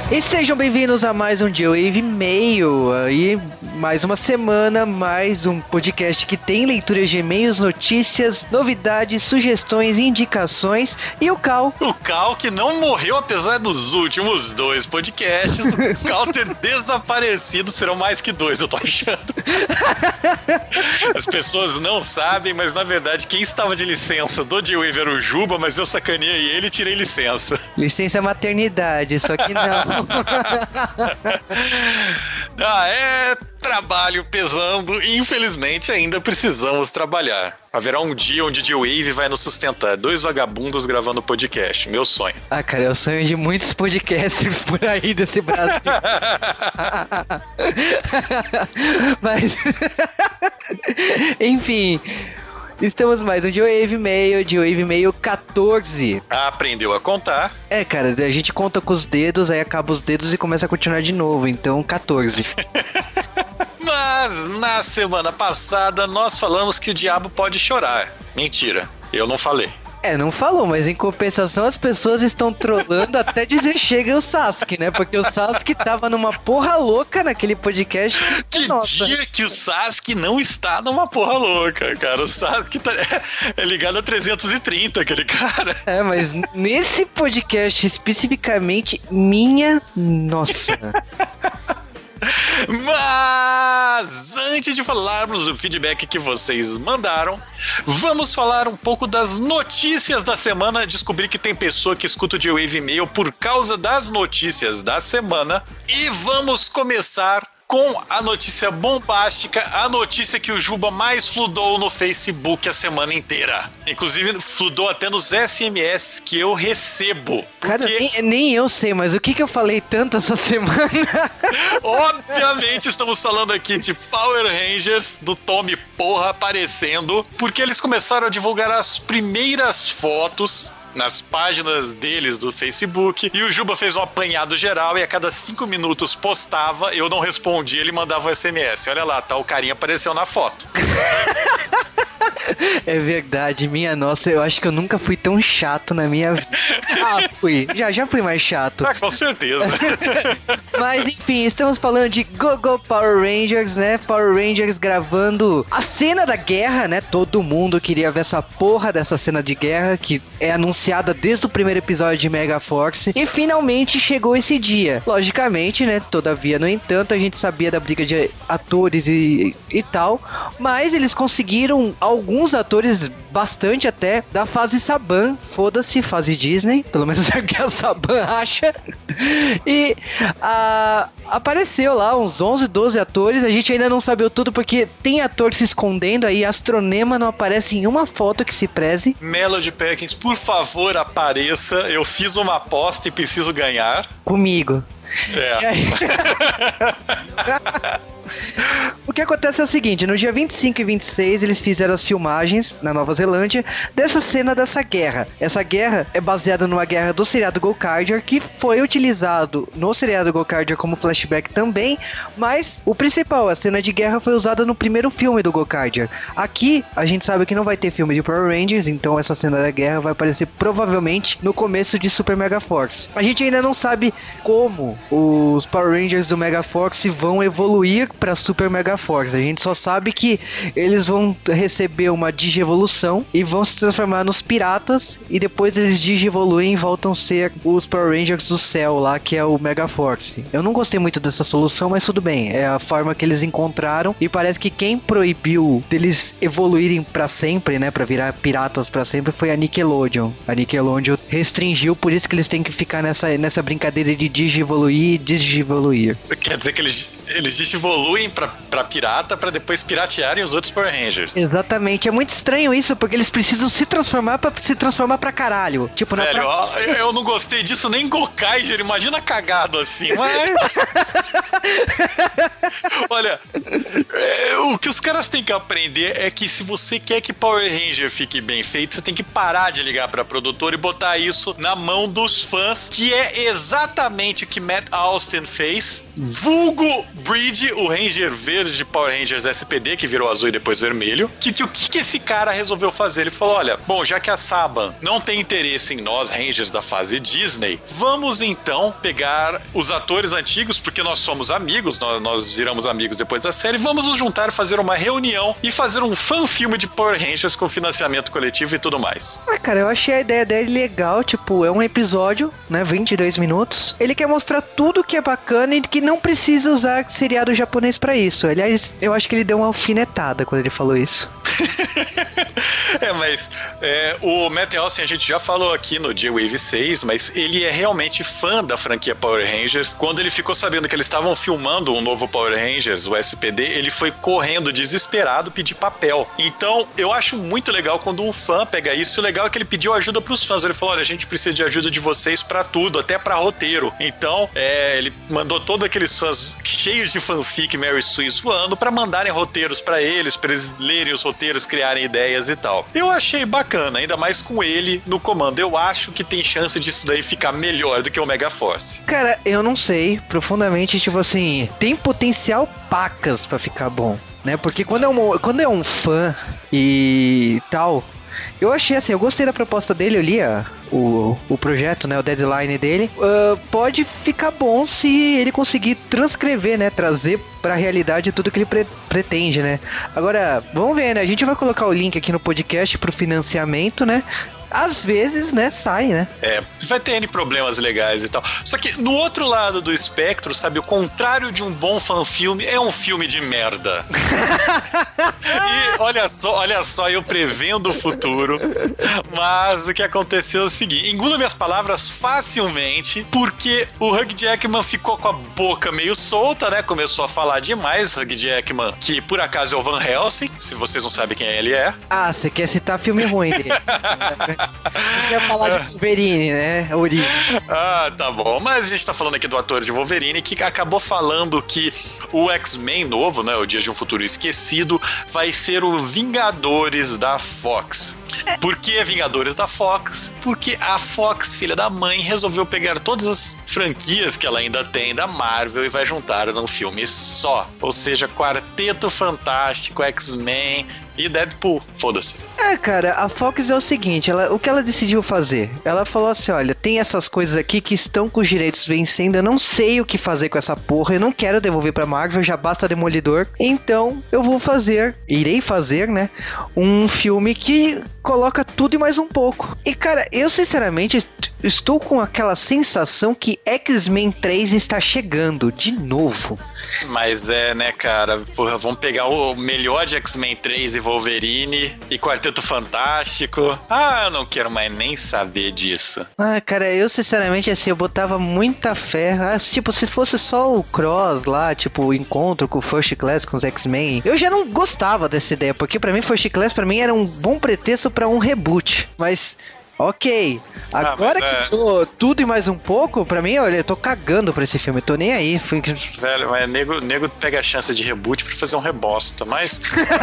E sejam bem-vindos a mais um J-Wave Mail. Aí, mais uma semana, mais um podcast que tem leituras de e-mails, notícias, novidades, sugestões, indicações. E o Cal. O Cal que não morreu apesar dos últimos 2 podcasts. O Cal ter desaparecido, serão mais que 2, eu tô achando. As pessoas não sabem, mas na verdade quem estava de licença do J-Wave era o Juba, mas eu sacaneei ele e tirei licença. Licença maternidade, só que não. É trabalho pesando e infelizmente ainda precisamos trabalhar. Haverá um dia onde J-Wave vai nos sustentar. 2 vagabundos gravando podcast. Meu sonho. Ah, cara, é o sonho de muitos podcasters por aí desse Brasil. Mas... Enfim... Estamos mais um J-Wave Mail 14. Aprendeu a contar? É, cara, a gente conta com os dedos, aí acaba os dedos e começa a continuar de novo, então 14. Mas na semana passada nós falamos que o diabo pode chorar. Mentira, eu não falei. Não falou, mas em compensação as pessoas estão trolando até dizer chega o Sasuke, né? Porque o Sasuke tava numa porra louca naquele podcast. Que dia que o Sasuke não está numa porra louca, cara. O Sasuke é ligado a 330, aquele cara. Mas nesse podcast especificamente, minha nossa... Mas antes de falarmos do feedback que vocês mandaram, vamos falar um pouco das notícias da semana. Descobri que tem pessoa que escuta o J-Wave Mail por causa das notícias da semana. E vamos começar com a notícia bombástica, a notícia que o Juba mais fludou no Facebook a semana inteira. Inclusive, fludou até nos SMS que eu recebo. Cara, nem eu sei, mas o que eu falei tanto essa semana? Obviamente, estamos falando aqui de Power Rangers, do Tommy Porra aparecendo, porque eles começaram a divulgar as primeiras fotos nas páginas deles do Facebook, e o Juba fez um apanhado geral e a cada 5 minutos postava, eu não respondia, ele mandava um SMS. Olha lá, tá, o carinha apareceu na foto. É verdade, minha nossa, eu acho que eu nunca fui tão chato na minha vida. Fui, já fui mais chato. Com certeza. Mas enfim, estamos falando de Go Power Rangers, né? Power Rangers gravando a cena da guerra, né? Todo mundo queria ver essa porra dessa cena de guerra que é anunciada desde o primeiro episódio de Mega Force. E finalmente chegou esse dia. Logicamente, né? Todavia, no entanto, a gente sabia da briga de atores e tal, mas eles conseguiram alguns atores, bastante até, da fase Saban. Foda-se, fase Disney. Pelo menos é o que a Saban acha. E apareceu lá uns 11, 12 atores. A gente ainda não sabia tudo porque tem ator se escondendo aí. Astronema não aparece em uma foto que se preze. Melody Perkins, por favor, apareça. Eu fiz uma aposta e preciso ganhar. Comigo. É. O que acontece é o seguinte, no dia 25 e 26 eles fizeram as filmagens na Nova Zelândia dessa cena dessa guerra. Essa guerra é baseada numa guerra do seriado Gokaiger, que foi utilizado no seriado Gokaiger como flashback também, mas o principal, a cena de guerra foi usada no primeiro filme do Gokaiger. Aqui, a gente sabe que não vai ter filme de Power Rangers, então essa cena da guerra vai aparecer provavelmente no começo de Super Mega Force. A gente ainda não sabe como os Power Rangers do Mega Force vão evoluir para Super Mega Force. A gente só sabe que eles vão receber uma digievolução e vão se transformar nos piratas, e depois eles digievoluem e voltam a ser os Power Rangers do céu lá, que é o Mega Force. Eu não gostei muito dessa solução, mas tudo bem, é a forma que eles encontraram, e parece que quem proibiu deles evoluírem pra sempre, né, pra virar piratas pra sempre, foi a Nickelodeon. A Nickelodeon restringiu, por isso que eles têm que ficar nessa brincadeira de digievoluir e digievoluir. Quer dizer que eles digievoluem pra pirata pra depois piratearem os outros Power Rangers. Exatamente, é muito estranho isso, porque eles precisam se transformar pra caralho. Tipo, velho, eu não gostei disso nem em Gokaiger, imagina cagado assim, mas... Olha, O que os caras têm que aprender é que se você quer que Power Ranger fique bem feito, você tem que parar de ligar pra produtora e botar isso na mão dos fãs, que é exatamente o que Matt Austin fez. Vulgo Bridge, o Ranger verde de Power Rangers SPD, que virou azul e depois vermelho. O que esse cara resolveu fazer? Ele falou, olha, bom, já que a Saban não tem interesse em nós, Rangers da fase Disney, vamos então pegar os atores antigos, porque nós somos amigos, nós viramos amigos depois da série, vamos nos juntar, fazer uma reunião e fazer um fan-filme de Power Rangers com financiamento coletivo e tudo mais. Cara, eu achei a ideia dele legal, tipo, é um episódio, né, 22 minutos. Ele quer mostrar tudo que é bacana e que não precisa usar seriado japonês pra isso. Aliás, eu acho que ele deu uma alfinetada quando ele falou isso. Mas o Matt Austin, a gente já falou aqui no J-Wave 6, mas ele é realmente fã da franquia Power Rangers. Quando ele ficou sabendo que eles estavam filmando um novo Power Rangers, o SPD, ele foi correndo desesperado pedir papel. Então, eu acho muito legal quando um fã pega isso. O legal é que ele pediu ajuda pros fãs. Ele falou, olha, a gente precisa de ajuda de vocês pra tudo, até pra roteiro. Então, ele mandou todos aqueles fãs cheios de fanfic Mary Sue voando pra mandarem roteiros pra eles lerem os roteiros, criarem ideias e tal. Eu achei bacana, ainda mais com ele no comando. Eu acho que tem chance disso daí ficar melhor do que o Mega Force. Cara, eu não sei, profundamente, tipo assim, tem potencial pacas pra ficar bom, né? Porque quando é um fã e tal, eu achei assim, eu gostei da proposta dele, eu li o projeto, né, o deadline dele. Pode ficar bom se ele conseguir transcrever, né, trazer pra realidade tudo que ele pretende, né. Agora, vamos ver, né, a gente vai colocar o link aqui no podcast pro financiamento, né. Às vezes, né, sai, né? Vai ter N problemas legais e tal. Só que no outro lado do espectro, sabe, o contrário de um bom fanfilme é um filme de merda. E olha só, eu prevendo o futuro, mas o que aconteceu é o seguinte, engulo minhas palavras facilmente, porque o Hugh Jackman ficou com a boca meio solta, né, começou a falar demais. Hugh Jackman, que por acaso é o Van Helsing, se vocês não sabem quem ele é. Ah, você quer citar filme ruim dele. Você quer falar de Wolverine, né? Origem. Ah, tá bom. Mas a gente tá falando aqui do ator de Wolverine, que acabou falando que o X-Men novo, né, o Dias de um Futuro Esquecido, vai ser o Vingadores da Fox. Por que Vingadores da Fox? Porque a Fox, filha da mãe, resolveu pegar todas as franquias que ela ainda tem da Marvel e vai juntar num filme só. Ou seja, Quarteto Fantástico, X-Men e Deadpool. Foda-se. Cara, a Fox é o seguinte, o que ela decidiu fazer? Ela falou assim, olha, tem essas coisas aqui que estão com os direitos vencendo, eu não sei o que fazer com essa porra, eu não quero devolver pra Marvel, já basta Demolidor, então eu irei fazer, né, um filme que coloca tudo e mais um pouco. E cara, eu sinceramente estou com aquela sensação que X-Men 3 está chegando de novo. Mas né, cara, porra, vamos pegar o melhor de X-Men 3 e Wolverine e Quarteto Fantástico. Eu não quero mais nem saber disso. Cara, eu sinceramente, assim, eu botava muita fé. Tipo, se fosse só o Cross lá, tipo, o encontro com o First Class, com os X-Men, eu já não gostava dessa ideia, porque pra mim, First Class, pra mim, era um bom pretexto pra um reboot. Mas... ok, agora que tudo e mais um pouco, pra mim, olha, eu tô cagando pra esse filme, tô nem aí. Velho, mas nego pega a chance de reboot pra fazer um rebosta, mas...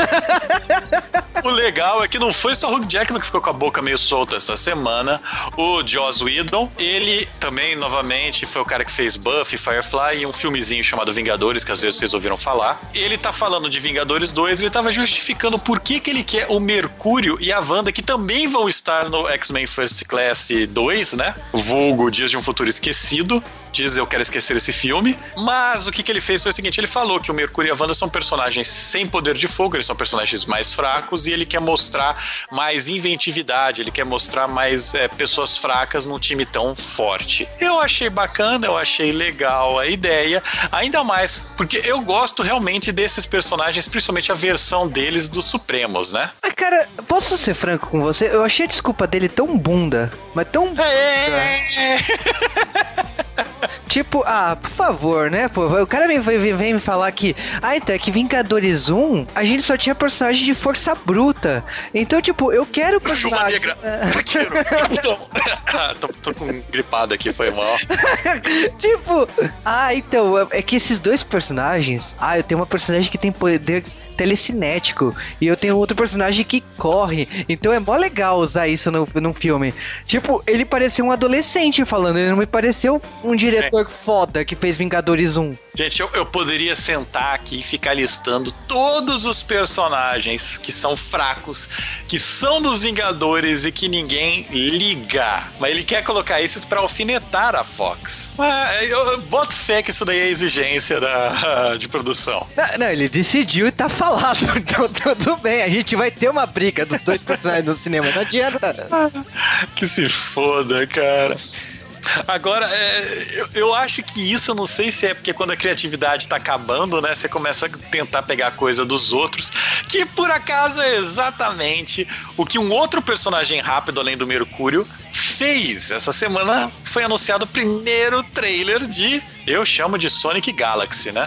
O legal é que não foi só o Hugh Jackman que ficou com a boca meio solta essa semana. O Joss Whedon, ele também, novamente, foi o cara que fez Buffy, Firefly e um filmezinho chamado Vingadores, que às vezes vocês ouviram falar. Ele tá falando de Vingadores 2, ele tava justificando por que ele quer o Mercúrio e a Wanda, que também vão estar no X-Men First Class 2, né? Vulgo Dias de um Futuro Esquecido. Diz, eu quero esquecer esse filme. Mas o que ele fez foi o seguinte, ele falou que o Mercúrio e a Wanda são personagens sem poder de fogo, eles são personagens mais fracos e ele quer mostrar mais inventividade, ele quer mostrar mais pessoas fracas num time tão forte. Eu achei bacana, eu achei legal a ideia, ainda mais porque eu gosto realmente desses personagens, principalmente a versão deles dos Supremos, né? Cara, posso ser franco com você? Eu achei a desculpa dele tão bunda, mas tão bunda. Tipo, por favor, né, pô? O cara vem me falar que... então é que Vingadores 1, a gente só tinha personagem de força bruta. Então, tipo, eu quero personagem... Tô com gripado aqui, foi mal. Tipo... então, é que esses dois personagens... eu tenho uma personagem que tem poder telecinético e eu tenho outro personagem que corre, então é mó legal usar isso num filme. Tipo, ele pareceu um adolescente falando, ele não me pareceu um diretor foda que fez Vingadores 1. Gente, eu poderia sentar aqui e ficar listando todos os personagens que são fracos, que são dos Vingadores e que ninguém liga. Mas ele quer colocar esses pra alfinetar a Fox. Mas eu boto fé que isso daí é exigência de produção. Não, ele decidiu e tá falado, então tudo bem, a gente vai ter uma briga dos dois personagens no cinema, não adianta. Que se foda, cara. Agora, eu acho que isso, eu não sei se é porque quando a criatividade tá acabando, né, você começa a tentar pegar coisa dos outros, que por acaso é exatamente o que um outro personagem rápido, além do Mercúrio, fez. Essa semana foi anunciado o primeiro trailer eu chamo de Sonic Galaxy, né?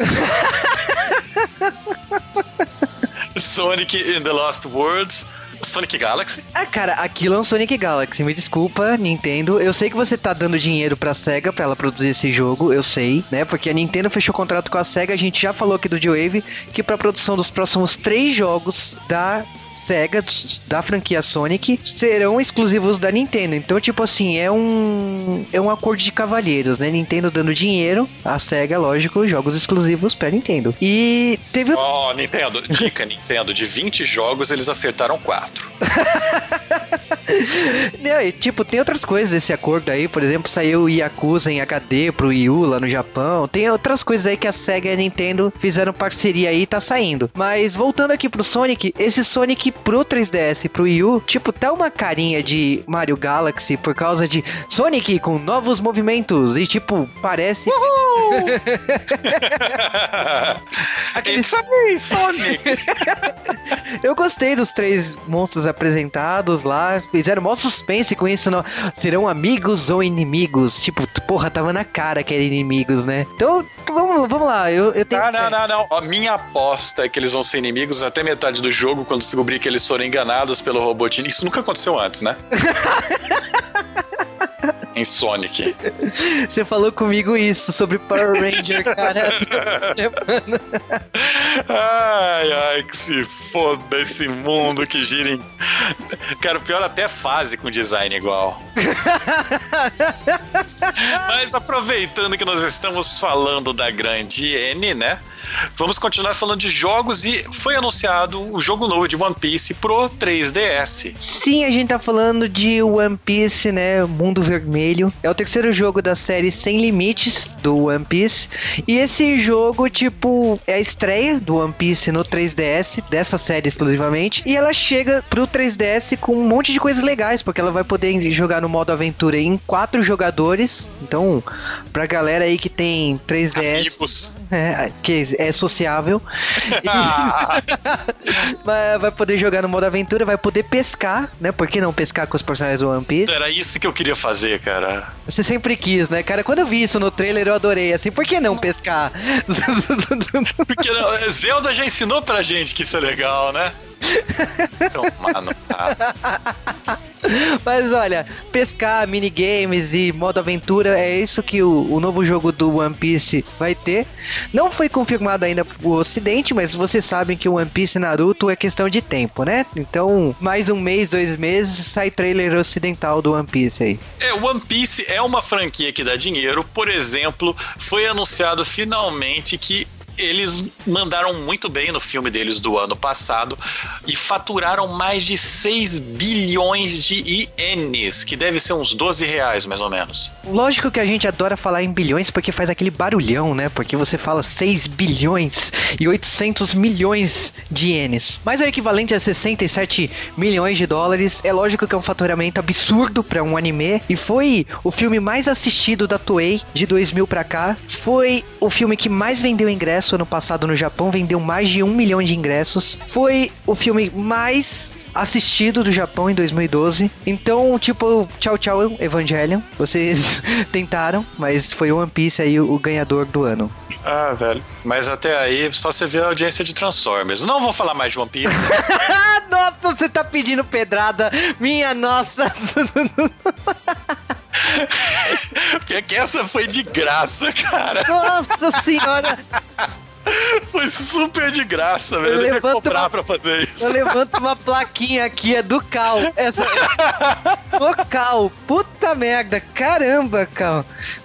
Sonic in the Lost Worlds, Sonic Galaxy. Cara, aquilo é um Sonic Galaxy, me desculpa, Nintendo. Eu sei que você tá dando dinheiro pra SEGA pra ela produzir esse jogo, eu sei, né? Porque a Nintendo fechou contrato com a SEGA, a gente já falou aqui do G-Wave, que pra produção dos próximos 3 jogos da SEGA, da franquia Sonic, serão exclusivos da Nintendo. Então, tipo assim, é um acordo de cavalheiros, né? Nintendo dando dinheiro, a SEGA, lógico, jogos exclusivos pra Nintendo. E teve Nintendo, Nintendo, de 20 jogos, eles acertaram 4. Não, e, tipo, tem outras coisas desse acordo aí, por exemplo, saiu o Yakuza em HD pro Wii U lá no Japão, tem outras coisas aí que a SEGA e a Nintendo fizeram parceria aí e tá saindo. Mas voltando aqui pro Sonic, esse Sonic pro 3DS e pro Wii U, tipo, tá uma carinha de Mario Galaxy por causa de Sonic com novos movimentos e, tipo, parece... Aquele Sonic! Eu gostei dos 3 monstros apresentados lá, fizeram mó suspense com isso, não? Serão amigos ou inimigos? Tipo, porra, tava na cara que eram inimigos, né? Então, vamos lá, eu tenho... Não. A minha aposta é que eles vão ser inimigos até metade do jogo, quando descobrir que eles foram enganados pelo Robotnik. Isso nunca aconteceu antes, né? Em Sonic. Você falou comigo isso sobre Power Ranger, cara, essa semana. Ai, que se foda esse mundo que gira em... Cara, o pior até é fase com design igual. Mas aproveitando que nós estamos falando da grande N, né? Vamos continuar falando de jogos e foi anunciado o jogo novo de One Piece pro 3DS. Sim, a gente tá falando de One Piece, né? Mundo Vermelho. É o terceiro jogo da série Sem Limites do One Piece. E esse jogo, tipo, é a estreia do One Piece no 3DS, dessa série exclusivamente. E ela chega pro 3DS com um monte de coisas legais, porque ela vai poder jogar no modo aventura em 4 jogadores. Então, pra galera aí que tem 3DS... Amigos. Que é sociável. Vai poder jogar no modo aventura, vai poder pescar, né? Por que não pescar com os personagens do One Piece? Era isso que eu queria fazer, cara. Você sempre quis, né, cara? Quando eu vi isso no trailer, eu adorei. Assim, por que não pescar? Porque não, Zelda já ensinou pra gente que isso é legal, né? Então, mano, Mas olha, pescar, minigames e modo aventura é isso que o novo jogo do One Piece vai ter. Não foi confirmado ainda pro ocidente, mas vocês sabem que o One Piece e Naruto é questão de tempo, né? Então, mais 1 mês, 2 meses, sai trailer ocidental do One Piece aí. One Piece é uma franquia que dá dinheiro. Por exemplo, foi anunciado finalmente que eles mandaram muito bem no filme deles do ano passado e faturaram mais de 6 bilhões de ienes, que deve ser uns 12 reais, mais ou menos. Lógico que a gente adora falar em bilhões porque faz aquele barulhão, né? Porque você fala 6 bilhões e 800 milhões de ienes. Mas é o equivalente a 67 milhões de dólares. É lógico que é um faturamento absurdo para um anime. E foi o filme mais assistido da Toei de 2000 pra cá. Foi o filme que mais vendeu ingressos ano passado no Japão, vendeu mais de 1 milhão de ingressos. Foi o filme mais assistido do Japão em 2012. Então, tipo, tchau, tchau, Evangelion. Vocês tentaram, mas foi One Piece aí o ganhador do ano. Ah, velho. Mas até aí, só você vê a audiência de Transformers. Não vou falar mais de One Piece. Nossa, você tá pedindo pedrada. Minha nossa. Porque essa foi de graça, cara. Nossa senhora. Foi super de graça, velho. Eu ia comprar pra fazer isso. Eu levanto uma plaquinha aqui, é do Cal. Essa... Do Cal. Puta merda. Caramba, Cal.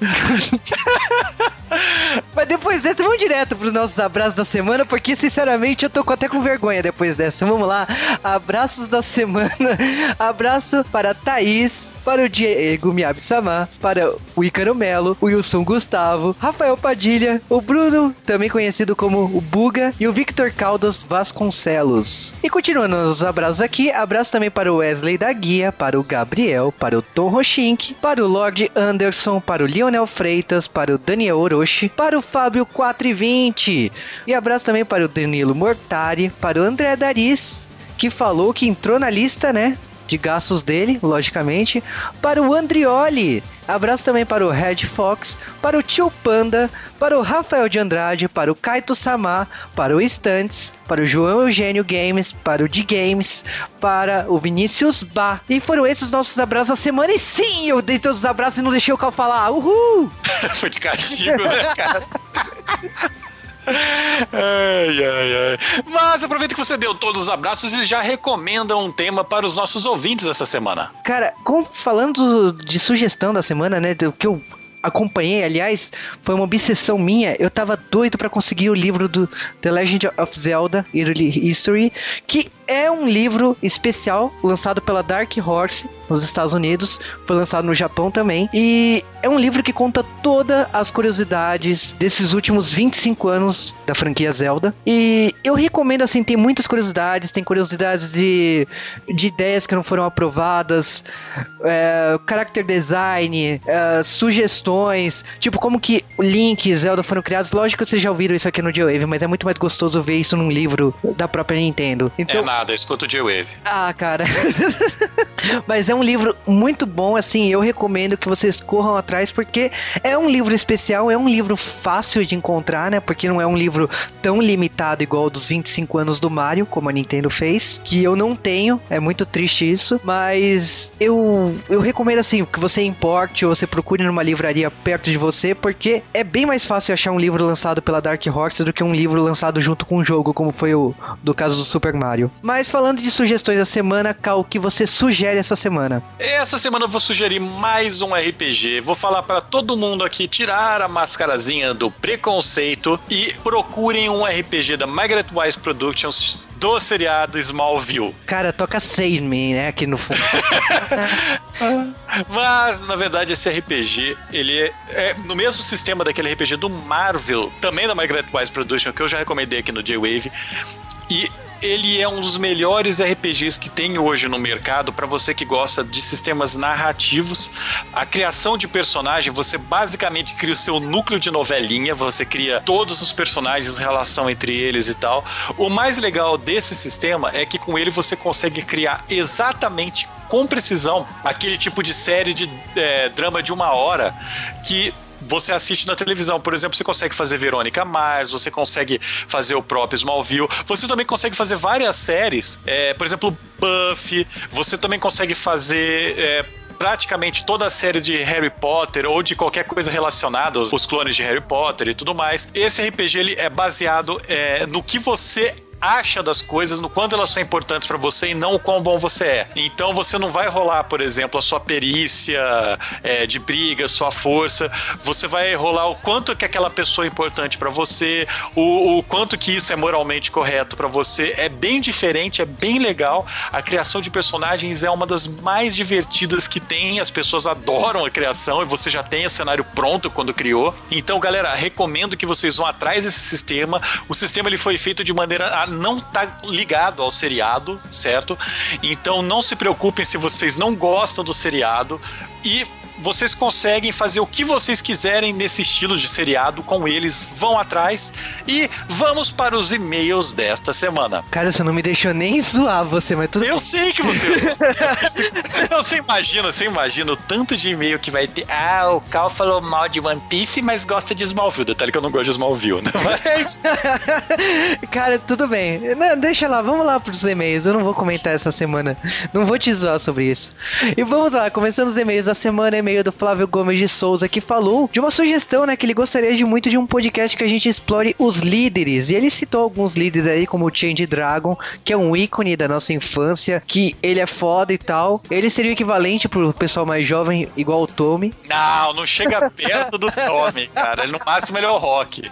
Mas depois dessa, vamos direto pros nossos abraços da semana, porque, sinceramente, eu tô até com vergonha depois dessa. Vamos lá. Abraços da semana. Abraço para Thaís, para o Diego Miyabi-sama, para o Ícaro Melo, o Wilson Gustavo, Rafael Padilha, o Bruno, também conhecido como o Buga, e o Victor Caldas Vasconcelos. E continuando os abraços aqui, abraço também para o Wesley da Guia, para o Gabriel, para o Tom Rochink, para o Lord Anderson, para o Lionel Freitas, para o Daniel Orochi, para o Fábio 420. E abraço também para o Danilo Mortari, para o André Daris, que falou que entrou na lista, né, de gastos dele, logicamente, para o Andrioli. Abraço também para o Red Fox, para o Tio Panda, para o Rafael de Andrade, para o Kaito Samar, para o Stunts, para o João Eugênio Games, para o D Games, para o Vinícius Bar. E foram esses os nossos abraços da semana. E sim, eu dei todos os abraços e não deixei o Cal falar. Uhul! Foi de castigo, né, cara? Ai. Mas aproveita que você deu todos os abraços e já recomenda um tema para os nossos ouvintes essa semana. Cara, falando de sugestão da semana, né, do que eu acompanhei, aliás, foi uma obsessão minha. Eu tava doido pra conseguir o livro do The Legend of Zelda Early History, que é um livro especial lançado pela Dark Horse nos Estados Unidos, foi lançado no Japão também, e é um livro que conta todas as curiosidades desses últimos 25 anos da franquia Zelda, e eu recomendo, assim, tem muitas curiosidades, tem curiosidades de ideias que não foram aprovadas, character design, sugestões, tipo, como que o Link e Zelda foram criados. Lógico que vocês já ouviram isso aqui no J-Wave, mas é muito mais gostoso ver isso num livro da própria Nintendo. Então, nada, eu escuto o J-Wave. Ah, cara. Mas é um livro muito bom, assim, eu recomendo que vocês corram atrás, porque é um livro especial, é um livro fácil de encontrar, né, porque não é um livro tão limitado igual dos 25 anos do Mario, como a Nintendo fez, que eu não tenho, é muito triste isso, mas eu recomendo, assim, que você importe ou você procure numa livraria perto de você, porque é bem mais fácil achar um livro lançado pela Dark Horse do que um livro lançado junto com um jogo, como foi o do caso do Super Mario. Mas falando de sugestões da semana, Cal, o que você sugere essa semana? Essa semana eu vou sugerir mais um RPG. Vou falar para todo mundo aqui tirar a mascarazinha do preconceito e procurem um RPG da Margaret Wise Productions do seriado Smallville. Cara, toca Sandman, né, aqui no fundo. Mas, na verdade, esse RPG, ele é no mesmo sistema daquele RPG do Marvel, também da Margaret Wise Productions, que eu já recomendei aqui no J-Wave. E ele é um dos melhores RPGs que tem hoje no mercado para você que gosta de sistemas narrativos. A criação de personagem, você basicamente cria o seu núcleo de novelinha, você cria todos os personagens, relação entre eles e tal. O mais legal desse sistema é que com ele você consegue criar exatamente, com precisão, aquele tipo de série de drama de 1 hora que você assiste na televisão. Por exemplo, você consegue fazer Verônica Mars, você consegue fazer o próprio Smallville, você também consegue fazer várias séries, por exemplo, Buffy, você também consegue fazer praticamente toda a série de Harry Potter ou de qualquer coisa relacionada aos clones de Harry Potter e tudo mais. Esse RPG ele é baseado no que você acha das coisas, no quanto elas são importantes pra você e não o quão bom você é. Então você não vai rolar, por exemplo, a sua perícia de briga, sua força. Você vai rolar o quanto que aquela pessoa é importante pra você, o quanto que isso é moralmente correto pra você. É bem diferente, é bem legal. A criação de personagens é uma das mais divertidas que tem. As pessoas adoram a criação e você já tem o cenário pronto quando criou. Então, galera, recomendo que vocês vão atrás desse sistema. O sistema ele foi feito de maneira a não tá ligado ao seriado, certo? Então não se preocupem se vocês não gostam do seriado e vocês conseguem fazer o que vocês quiserem nesse estilo de seriado com eles, vão atrás e vamos para os e-mails desta semana. Cara, você não me deixou nem zoar você, mas tudo Eu sei que você Você imagina o tanto de e-mail que vai ter. O Cal falou mal de One Piece, mas gosta de Smallville. Detalhe que eu não gosto de Smallville, né? Mas... Cara, tudo bem. Não, deixa lá, vamos lá pros e-mails. Eu não vou comentar essa semana. Não vou te zoar sobre isso. E vamos lá, começando os e-mails da semana, e-mail do Flávio Gomes de Souza, que falou de uma sugestão, né, que ele gostaria de muito de um podcast que a gente explore os líderes. E ele citou alguns líderes aí, como o Change Dragon, que é um ícone da nossa infância, que ele é foda e tal. Ele seria o equivalente pro pessoal mais jovem, igual o Tommy. Não chega perto do Tommy, cara. Ele no máximo ele é o Rock.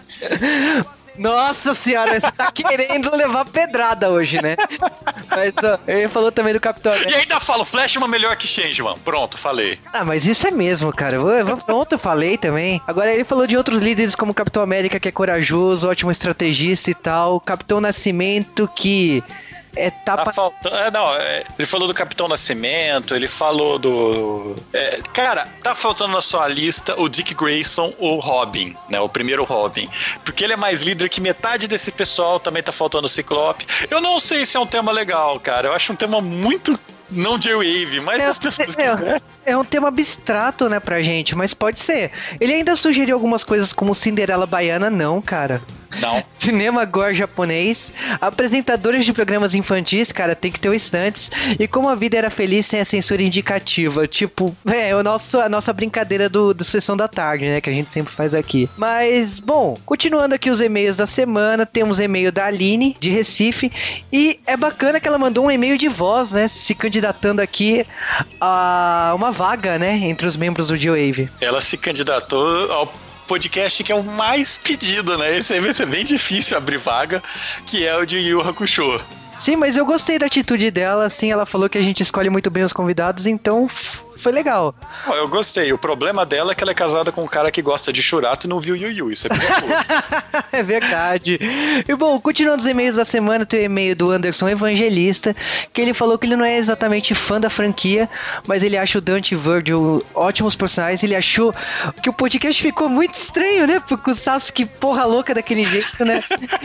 Nossa senhora, você tá querendo levar pedrada hoje, né? Mas ó, ele falou também do Capitão América. E ainda falo, Flashman melhor que Changeman. Pronto, falei. Ah, mas isso é mesmo, cara. Pronto, eu falei também. Agora ele falou de outros líderes como o Capitão América, que é corajoso, ótimo estrategista e tal. O Capitão Nascimento, que... Tá faltando. Ele falou do Capitão Nascimento, ele falou do. Cara, tá faltando na sua lista o Dick Grayson, o Robin, né? O primeiro Robin. Porque ele é mais líder que metade desse pessoal, também tá faltando o Ciclope. Eu não sei se é um tema legal, cara. Eu acho um tema muito. Não J-Wave, mas as pessoas quiserem. É um tema abstrato, né, pra gente, mas pode ser. Ele ainda sugeriu algumas coisas como Cinderela Baiana, não, cara. Não. Cinema gore japonês, apresentadores de programas infantis, cara, tem que ter o instantes, e como a vida era feliz sem a censura indicativa, tipo, a nossa brincadeira do Sessão da Tarde, né, que a gente sempre faz aqui. Mas, bom, continuando aqui os e-mails da semana, temos e-mail da Aline, de Recife, e é bacana que ela mandou um e-mail de voz, né, se candidatando aqui a uma vaga, né, entre os membros do G-Wave. Ela se candidatou ao podcast que é o mais pedido, né? Esse aí vai ser bem difícil abrir vaga, que é o de Yu Hakusho. Sim, mas eu gostei da atitude dela, assim, ela falou que a gente escolhe muito bem os convidados, então foi legal. Eu gostei. O problema dela é que ela é casada com um cara que gosta de Churato e não viu Yu Yu. Isso é perigoso. É verdade. E bom, continuando os e-mails da semana, tem o e-mail do Anderson Evangelista, que ele falou que ele não é exatamente fã da franquia, mas ele acha o Dante e o Virgil ótimos personagens. Ele achou que o podcast ficou muito estranho, né? Porque o Sasuke porra louca daquele jeito, né?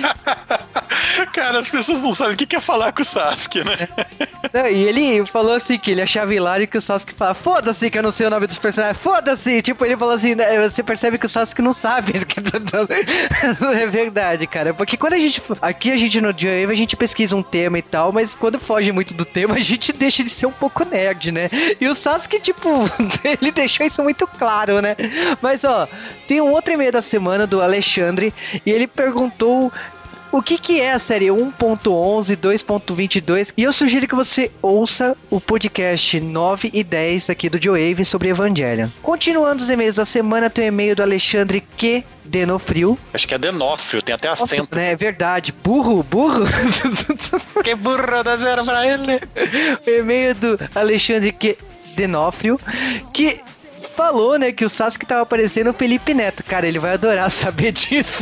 Cara, as pessoas não sabem o que é falar com o Sasuke, né? Não, e ele falou assim, que ele achava hilário que o Sasuke falava, foda-se que eu não sei o nome dos personagens, foda-se! Tipo, ele falou assim, né, você percebe que o Sasuke não sabe. É verdade, cara. Porque quando a gente no J-Wave, a gente pesquisa um tema e tal, mas quando foge muito do tema, a gente deixa de ser um pouco nerd, né? E o Sasuke, tipo, ele deixou isso muito claro, né? Mas, ó, tem um outro e-mail da semana do Alexandre, e ele perguntou o que é a série 1.11, 2.22, e eu sugiro que você ouça o podcast 9 e 10 aqui do J-Wave sobre Evangelion. Continuando os e-mails da semana, tem o e-mail do Alexandre Q. Denofrio. Acho que é Denofrio, tem até acento. É verdade, burro. Que burro, dá zero pra ele. O e-mail do Alexandre Q. Denofrio, que falou, né, que o Sasuke tava aparecendo o Felipe Neto. Cara, ele vai adorar saber disso.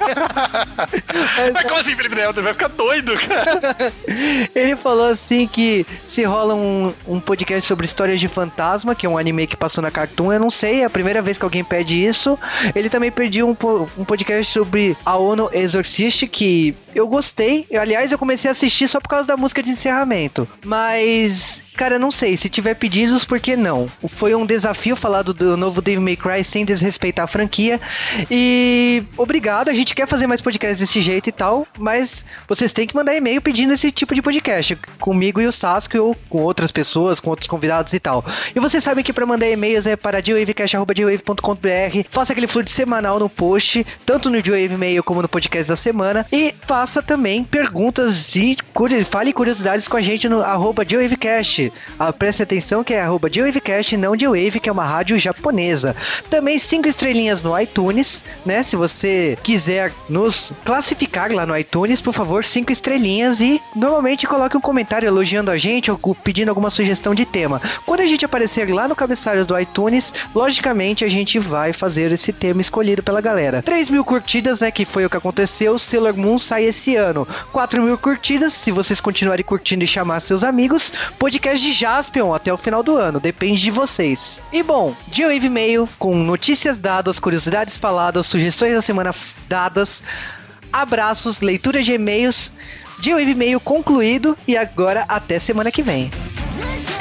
Mas como assim, Felipe Neto? Ele vai ficar doido, cara. Ele falou assim que se rola um podcast sobre histórias de fantasma, que é um anime que passou na Cartoon, eu não sei, é a primeira vez que alguém pede isso. Ele também pediu um podcast sobre a Ono Exorcist, que eu gostei. Aliás, eu comecei a assistir só por causa da música de encerramento. Mas... cara, não sei, se tiver pedidos, por que não? Foi um desafio falar do novo Devil May Cry sem desrespeitar a franquia. E obrigado, a gente quer fazer mais podcasts desse jeito e tal, mas vocês têm que mandar e-mail pedindo esse tipo de podcast, comigo e o Sasuke, ou com outras pessoas, com outros convidados e tal. E vocês sabem que para mandar e-mails é para jwavecast@jwave.com.br. Faça aquele fluxo semanal no post, tanto no J-Wave Mail como no podcast da semana. E faça também perguntas e fale curiosidades com a gente no @jwavecast. Preste atenção que é @jwavecast, não J-Wave, que é uma rádio japonesa. Também 5 estrelinhas no iTunes, né? Se você quiser nos classificar lá no iTunes, por favor, 5 estrelinhas, e normalmente coloque um comentário elogiando a gente ou pedindo alguma sugestão de tema. Quando a gente aparecer lá no cabeçalho do iTunes, logicamente a gente vai fazer esse tema escolhido pela galera. 3.000 curtidas, né? Que foi o que aconteceu. Sailor Moon sai esse ano. 4.000 curtidas, se vocês continuarem curtindo e chamar seus amigos. Podcast as de Jaspion até o final do ano, depende de vocês. E bom, G-Wave Mail com notícias dadas, curiosidades faladas, sugestões da semana dadas, abraços, leitura de e-mails, G-Wave Mail concluído e agora até semana que vem.